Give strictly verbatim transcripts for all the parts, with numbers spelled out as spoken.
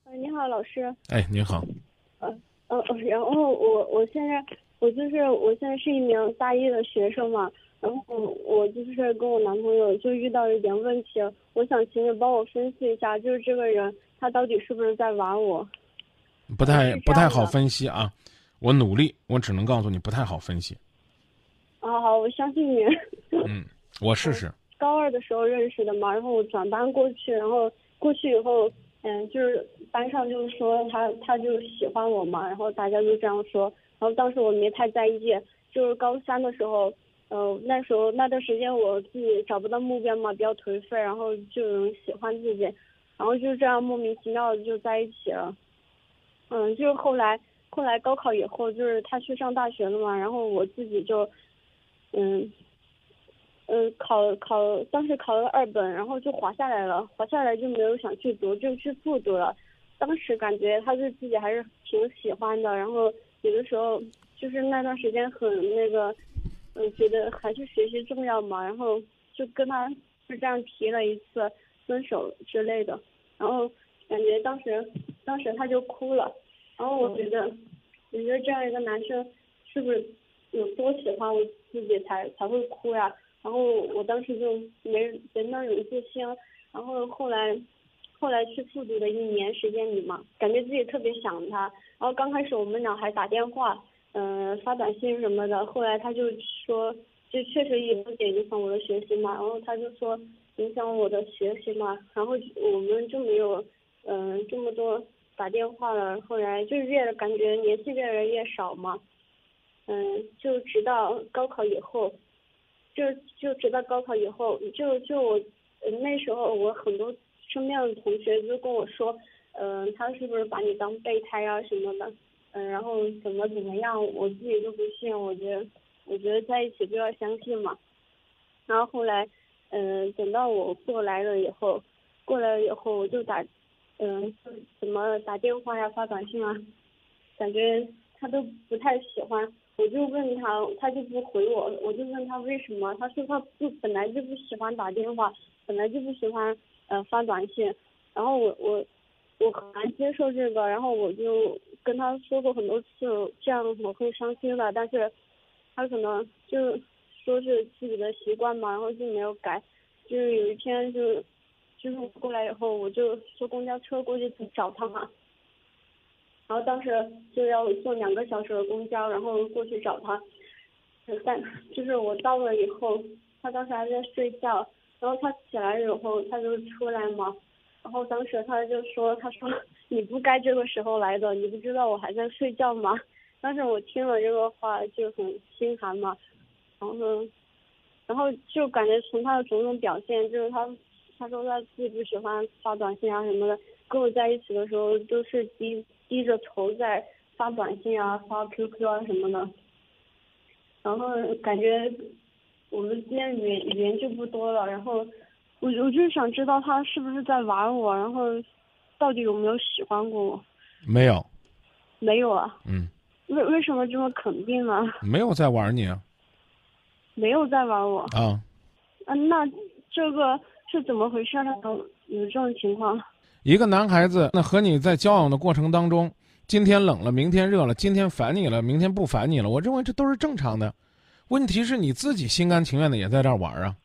呃，你好，老师。 哎，您好。 呃，呃，呃然后我我现在我就是我现在是一名大一的学生嘛，然后我就是跟我男朋友就遇到一点问题，我想请你帮我分析一下，就是这个人他到底是不是在玩我？ 不嗯、 太不太好是这样的。 分析啊，我努力，我只能告诉你不太好分析。 啊，好，我相信你。 嗯，我试嗯， 试。 高二的时候认识的嘛，然后我转班过去，然后过去以后，嗯，就是班上就是说他他就喜欢我嘛，然后大家就这样说，然后当时我没太在意，就是高三的时候，呃，那时候那段时间我自己找不到目标嘛，比较颓废，然后就有人喜欢自己，然后就这样莫名其妙的就在一起了。嗯，就是后来后来高考以后，就是他去上大学了嘛，然后我自己就，嗯。嗯，考考当时考了二本，然后就滑下来了，滑下来就没有想去读，就去复读了。当时感觉他对自己还是挺喜欢的，然后有的时候就是那段时间很那个，嗯，觉得还是学习重要嘛，然后就跟他就这样提了一次分手之类的，然后感觉当时当时他就哭了，然后我觉得，我觉得这样一个男生是不是有多喜欢我自己才才会哭呀？然后我当时就没没那种自信，然后后来后来去复读的一年时间里嘛，感觉自己特别想他。然后刚开始我们俩还打电话，嗯、呃，发短信什么的。后来他就说，就确实有点影响我的学习嘛。然后他就说影响我的学习嘛。然后我们就没有嗯、呃、这么多打电话了。后来就越感觉联系越来越少嘛。嗯，就直到高考以后。就就直到高考以后，就就我、呃、那时候我很多身边的同学就跟我说，嗯、呃，他是不是把你当备胎啊什么的，嗯、呃，然后怎么怎么样，我自己就不信，我觉得我觉得在一起就要相信嘛。然后后来，嗯、呃，等到我过来了以后，过来了以后我就打，嗯、呃，怎么打电话呀、发短信啊，感觉他都不太喜欢。我就问他，他就不回我，我就问他为什么，他说他不本来就不喜欢打电话，本来就不喜欢呃发短信，然后我我我很难接受这个，然后我就跟他说过很多次，这样我会伤心的，但是他可能就说是自己的习惯嘛，然后就没有改，就是有一天就就是我过来以后，我就坐公交车过去找他嘛。然后当时就要坐两个小时的公交，然后过去找他。但就是我到了以后，他当时还在睡觉，然后他起来以后他就出来嘛，然后当时他就说，他说你不该这个时候来的，你不知道我还在睡觉吗？当时我听了这个话就很心寒嘛，然后然后就感觉从他的种种表现，就是他他说他自己不喜欢发短信啊什么的，跟我在一起的时候都是低低着头在发短信啊、发 Q Q 啊什么的，然后感觉我们之间语言语言就不多了，然后我我就是想知道他是不是在玩我，然后到底有没有喜欢过我？ 没有。 没有啊。 嗯， 为为什么这么肯定呢？ 没有在玩你啊。 没有在玩我。 啊， 嗯、那这个是怎么回事呢？有这种情况？ 一个男孩子，那和你在交往的过程当中，今天冷了，明天热了，今天烦你了，明天不烦你了，我认为这都是正常的。问题是你自己心甘情愿的也在这儿玩啊。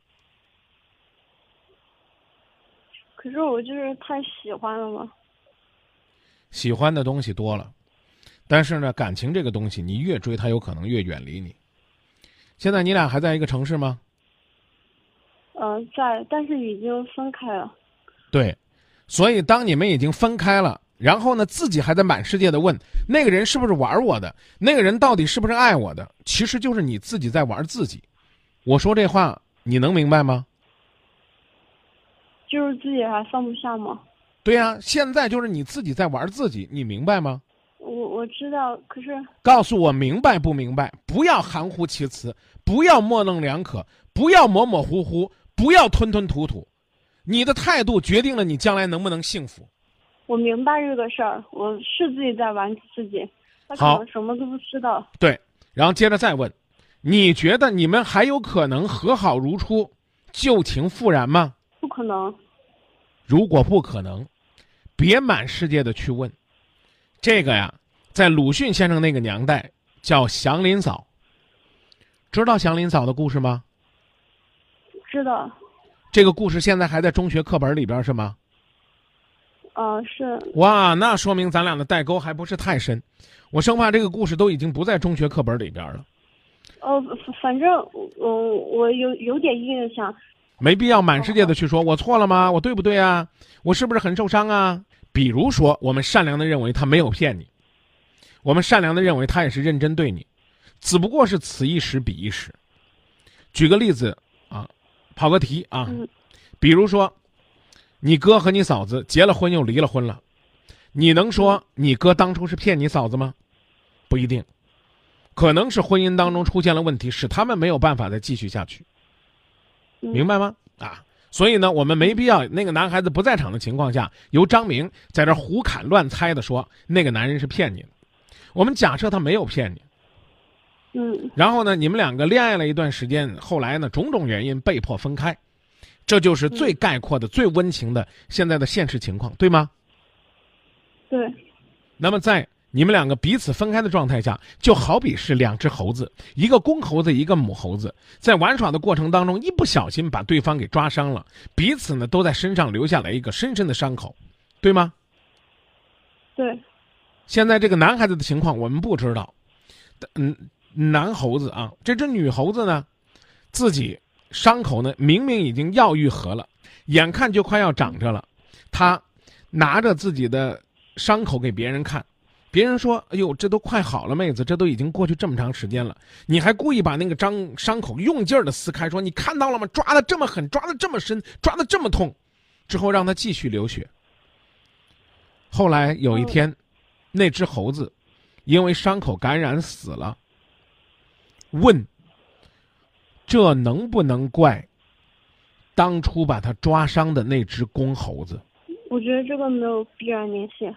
可是我就是太喜欢了嘛。 喜欢的东西多了，但是呢，感情这个东西，你越追，它有可能越远离你。现在你俩还在一个城市吗？ 嗯、呃，在，但是已经分开了。 对，所以当你们已经分开了，然后呢，自己还在满世界的问那个人是不是玩我的，那个人到底是不是爱我的，其实就是你自己在玩自己。我说这话你能明白吗？ 就是自己还放不下吗？ 对呀、啊，现在就是你自己在玩自己，你明白吗？ 我我知道，可是告诉我明白不明白？不要含糊其辞，不要模棱两可，不要模模糊糊，不要吞吞吐吐。你的态度决定了你将来能不能幸福。 我明白这个事儿，我是自己在玩自己，他可好， 能什么都不知道。 对，然后接着再问，你觉得你们还有可能和好如初，旧情复燃吗？ 不可能。 如果不可能， 别满世界的去问。这个呀，在鲁迅先生那个年代叫祥林嫂。知道祥林嫂的故事吗？ 知道。 这个故事现在还在中学课本里边是吗？ 啊、是。 哇，那说明咱俩的代沟还不是太深。我生怕这个故事都已经不在中学课本里边了。 哦，反正嗯，我有有点印象。 没必要满世界的去说我错了吗？我对不对啊？我是不是很受伤啊？比如说，我们善良的认为他没有骗你，我们善良的认为他也是认真对你，只不过是此一时彼一时。举个例子啊，跑个题啊， 嗯、 比如说，你哥和你嫂子结了婚又离了婚了，你能说你哥当初是骗你嫂子吗？不一定，可能是婚姻当中出现了问题，使他们没有办法再继续下去。明白吗？啊，所以呢，我们没必要那个男孩子不在场的情况下，由张明在这胡侃乱猜的说那个男人是骗你的。我们假设他没有骗你， 嗯， 然后呢，你们两个恋爱了一段时间，后来呢，种种原因被迫分开，这就是最概括的、嗯、最温情的现在的现实情况，对吗？ 对。 那么在你们两个彼此分开的状态下，就好比是两只猴子，一个公猴子，一个母猴子，在玩耍的过程当中，一不小心把对方给抓伤了，彼此呢都在身上留下了一个深深的伤口，对吗？ 对。 现在这个男孩子的情况我们不知道，嗯，男猴子啊，这只女猴子呢，自己伤口呢明明已经要愈合了，眼看就快要长着了，他拿着自己的伤口给别人看。别人说：“哎呦，这都快好了，妹子，这都已经过去这么长时间了，你还故意把那个伤伤口用劲儿的撕开，说你看到了吗？抓得这么狠，抓得这么深，抓得这么痛，之后让他继续流血。”后来有一天，嗯、那只猴子因为伤口感染死了。问：这能不能怪当初把他抓伤的那只公猴子？ 我觉得这个没有必然联系。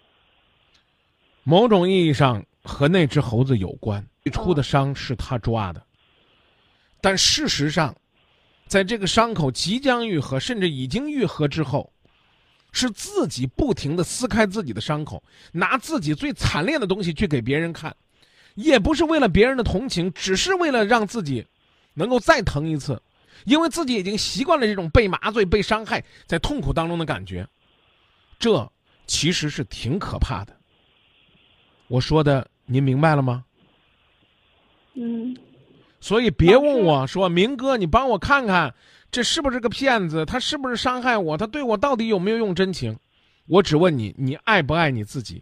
某种意义上和那只猴子有关，最初的伤是他抓的，但事实上，在这个伤口即将愈合，甚至已经愈合之后，是自己不停地撕开自己的伤口，拿自己最惨烈的东西去给别人看，也不是为了别人的同情，只是为了让自己能够再疼一次，因为自己已经习惯了这种被麻醉、被伤害、在痛苦当中的感觉，这其实是挺可怕的。我说的您明白了吗？ 嗯。 所以别问我说，明哥你帮我看看这是不是个骗子，他是不是伤害我，他对我到底有没有用真情。我只问你，你爱不爱你自己？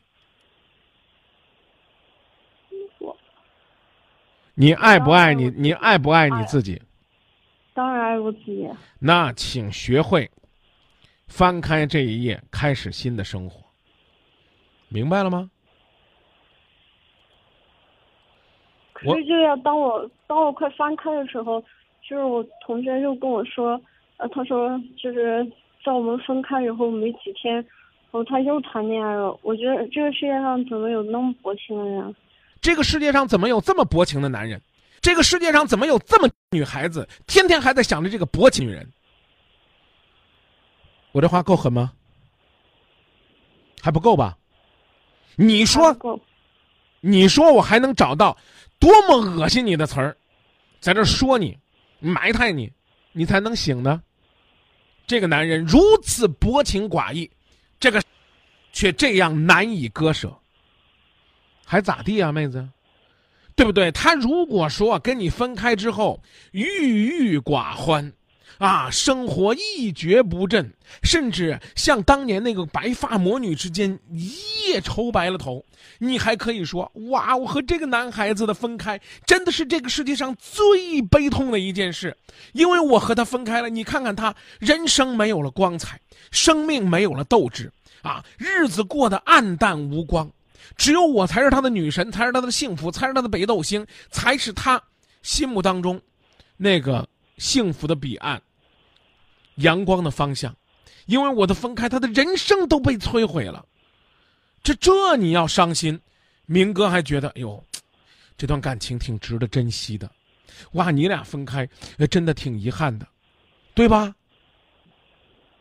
我你爱不爱你你爱不爱你自己？ 当然爱我自己。 那请学会翻开这一页，开始新的生活。明白了吗？ 可是就要当我当我快翻开的时候，就是我同学就跟我说，呃，他说就是在我们分开以后没几天，然后他又谈恋爱了。我觉得这个世界上怎么有那么薄情的人？ 这个世界上怎么有这么薄情的男人？这个世界上怎么有这么女孩子天天还在想着这个薄情女人？我这话够狠吗？还不够吧？你说，你说我还能找到多么恶心你的词儿，在这说你，埋汰你，你才能醒呢？这个男人如此薄情寡义，这个却这样难以割舍，还咋地啊，妹子？对不对？他如果说跟你分开之后郁郁寡欢啊，生活一蹶不振，甚至像当年那个白发魔女之间一夜愁白了头，你还可以说，哇，我和这个男孩子的分开真的是这个世界上最悲痛的一件事，因为我和他分开了，你看看他人生没有了光彩，生命没有了斗志啊，日子过得暗淡无光，只有我才是他的女神，才是他的幸福，才是他的北斗星，才是他心目当中那个幸福的彼岸，阳光的方向。因为我的分开，他的人生都被摧毁了。这这你要伤心，明哥还觉得，哎呦，这段感情挺值得珍惜的。哇，你俩分开，真的挺遗憾的，对吧？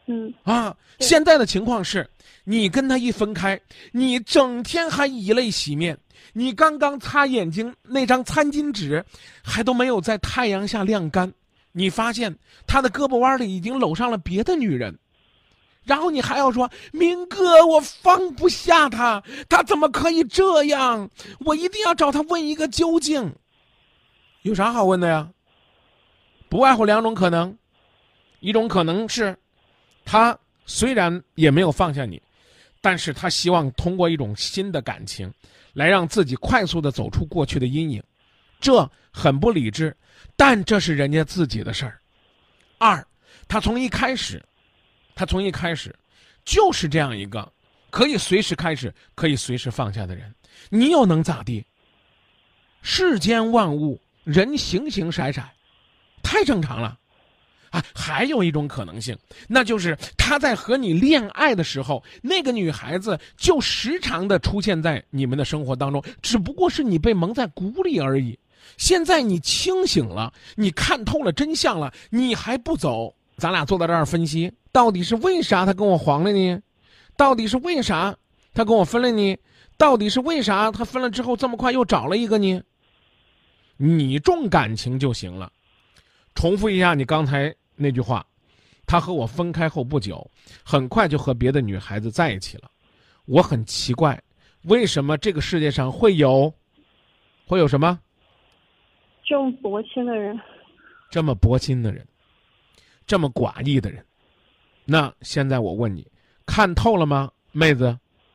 嗯啊， 对现在的情况是，你跟他一分开，你整天还以泪洗面，你刚刚擦眼睛那张餐巾纸还都没有在太阳下晾干，你发现他的胳膊弯里已经搂上了别的女人，然后你还要说明哥，我放不下他，他怎么可以这样？我一定要找他问一个究竟。有啥好问的呀？不外乎两种可能，一种可能是他虽然也没有放下你，但是他希望通过一种新的感情来让自己快速的走出过去的阴影，这很不理智，但这是人家自己的事儿。二，他从一开始他从一开始就是这样一个可以随时开始可以随时放下的人，你又能咋地？世间万物人形形色色，太正常了啊！还有一种可能性，那就是他在和你恋爱的时候，那个女孩子就时常的出现在你们的生活当中，只不过是你被蒙在鼓里而已。现在你清醒了，你看透了真相了，你还不走？咱俩坐在这儿分析，到底是为啥他跟我黄了呢？到底是为啥他跟我分了呢？到底是为啥他分了之后这么快又找了一个呢？你重感情就行了。重复一下你刚才那句话，他和我分开后不久，很快就和别的女孩子在一起了。我很奇怪，为什么这个世界上会有会有什么这么薄情的人？ 这么薄心的人，这么寡义的人？那现在我问你，看透了吗，妹子？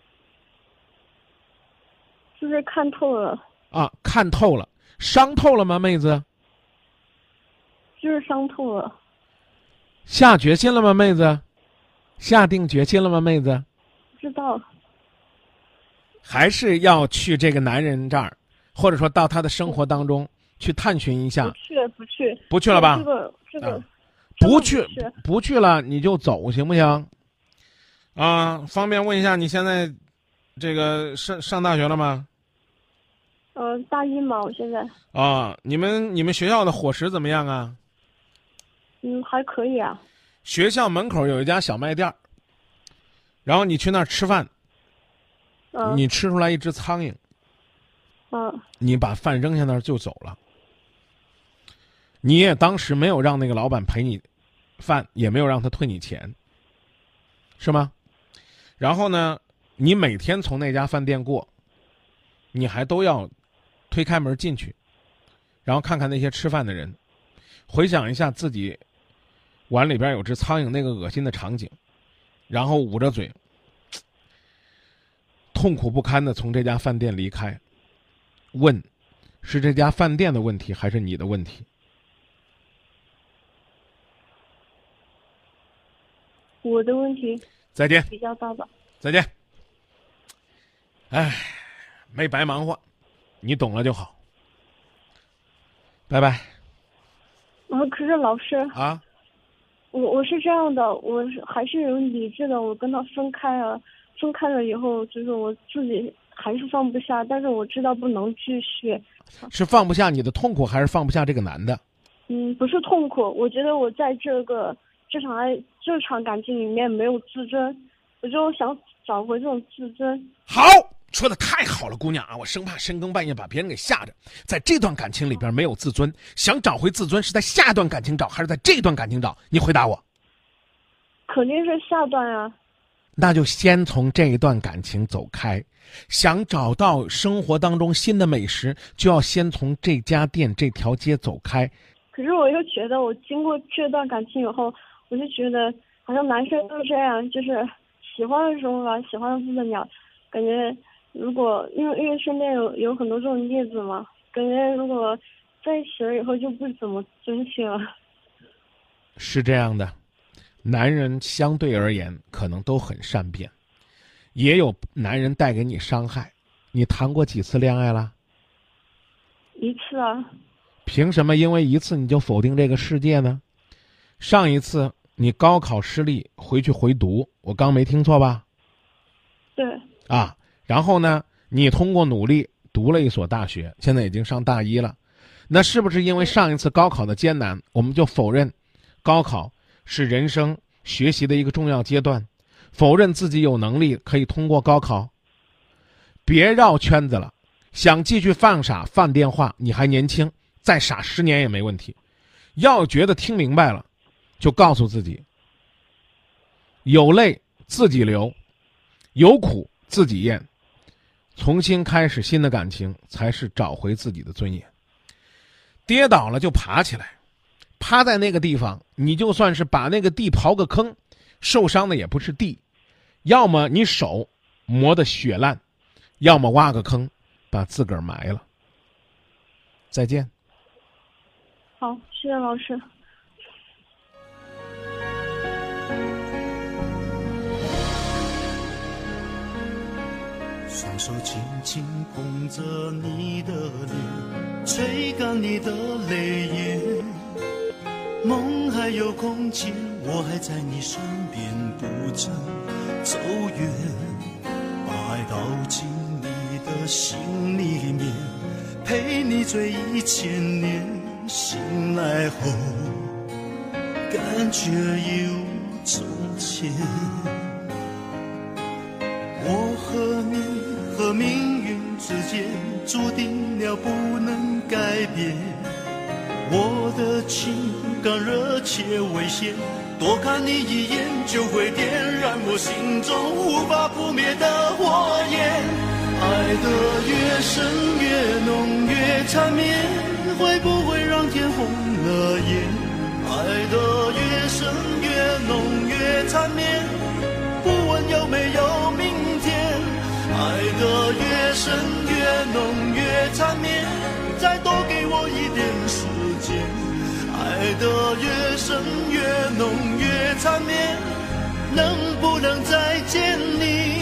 就是看透了。 啊，看透了。伤透了吗，妹子？ 就是伤透了。 下决心了吗，妹子？下定决心了吗，妹子？ 不知道。 还是要去这个男人这儿，或者说到他的生活当中去探寻一下？ 不去，不去， 不去了吧？ 这个，这个， 啊、不去， 不去， 不去了，你就走，行不行？啊，方便问一下，你现在这个上上大学了吗？ 嗯、呃，大一嘛，我现在。 啊，你们你们学校的伙食怎么样啊？ 嗯，还可以啊。 学校门口有一家小卖店，然后你去那儿吃饭， 嗯、 你吃出来一只苍蝇， 嗯， 你把饭扔下那儿就走了。你也当时没有让那个老板赔你饭，也没有让他退你钱，是吗？然后呢，你每天从那家饭店过，你还都要推开门进去，然后看看那些吃饭的人，回想一下自己碗里边有只苍蝇那个恶心的场景，然后捂着嘴痛苦不堪的从这家饭店离开。问，是这家饭店的问题还是你的问题？ 我的问题再见。 比较大吧。 再见。哎，没白忙活，你懂了就好。拜拜。 啊，可是老师啊， 我我是这样的，我是还是有理智的，我跟他分开了，分开了以后，就是我自己还是放不下，但是我知道不能继续。 是放不下你的痛苦，还是放不下这个男的？ 嗯，不是痛苦，我觉得我在这个这场爱这场感情里面没有自尊，我就想找回这种自尊。 好，说的太好了，姑娘啊！我生怕深更半夜把别人给吓着。在这段感情里边没有自尊，想找回自尊是在下一段感情找，还是在这段感情找？你回答我。 肯定是下段啊。 那就先从这一段感情走开。想找到生活当中新的美食，就要先从这家店这条街走开。 可是我又觉得，我经过这段感情以后，我就觉得好像男生都这样，就是喜欢的时候吧，喜欢的不得了，感觉如果因为因为身边有有很多这种例子嘛，感觉如果在一起了以后就不怎么珍惜了。 是这样的，男人相对而言可能都很善变，也有男人带给你伤害。你谈过几次恋爱了？ 一次啊。 凭什么因为一次你就否定这个世界呢？上一次你高考失利回去回读，我刚没听错吧？ 对。 啊，然后呢，你通过努力读了一所大学，现在已经上大一了。那是不是因为上一次高考的艰难，我们就否认高考是人生学习的一个重要阶段，否认自己有能力可以通过高考。别绕圈子了，想继续犯傻犯电话，你还年轻，再傻十年也没问题。要觉得听明白了，就告诉自己，有泪自己流，有苦自己咽，重新开始新的感情，才是找回自己的尊严。跌倒了就爬起来，趴在那个地方，你就算是把那个地刨个坑，受伤的也不是地，要么你手磨得血烂，要么挖个坑把自个儿埋了。再见。 好，谢谢老师。 双手轻轻捧着你的脸，吹干你的泪眼，梦还有空间，我还在你身边，不曾走远，把爱倒进你的心里面，陪你醉一千年，醒来后感觉一如从前。我和你和命运之间注定了不能改变，我的情感热切危险，多看你一眼就会点燃我心中无法扑灭的火焰。爱得越深越浓越缠绵，会不会让天红了眼？爱得越深越浓越缠绵，不问有没有明天。爱得越深越浓越缠绵，再多给我一点时间。爱得越深越浓越缠绵，能不能再见你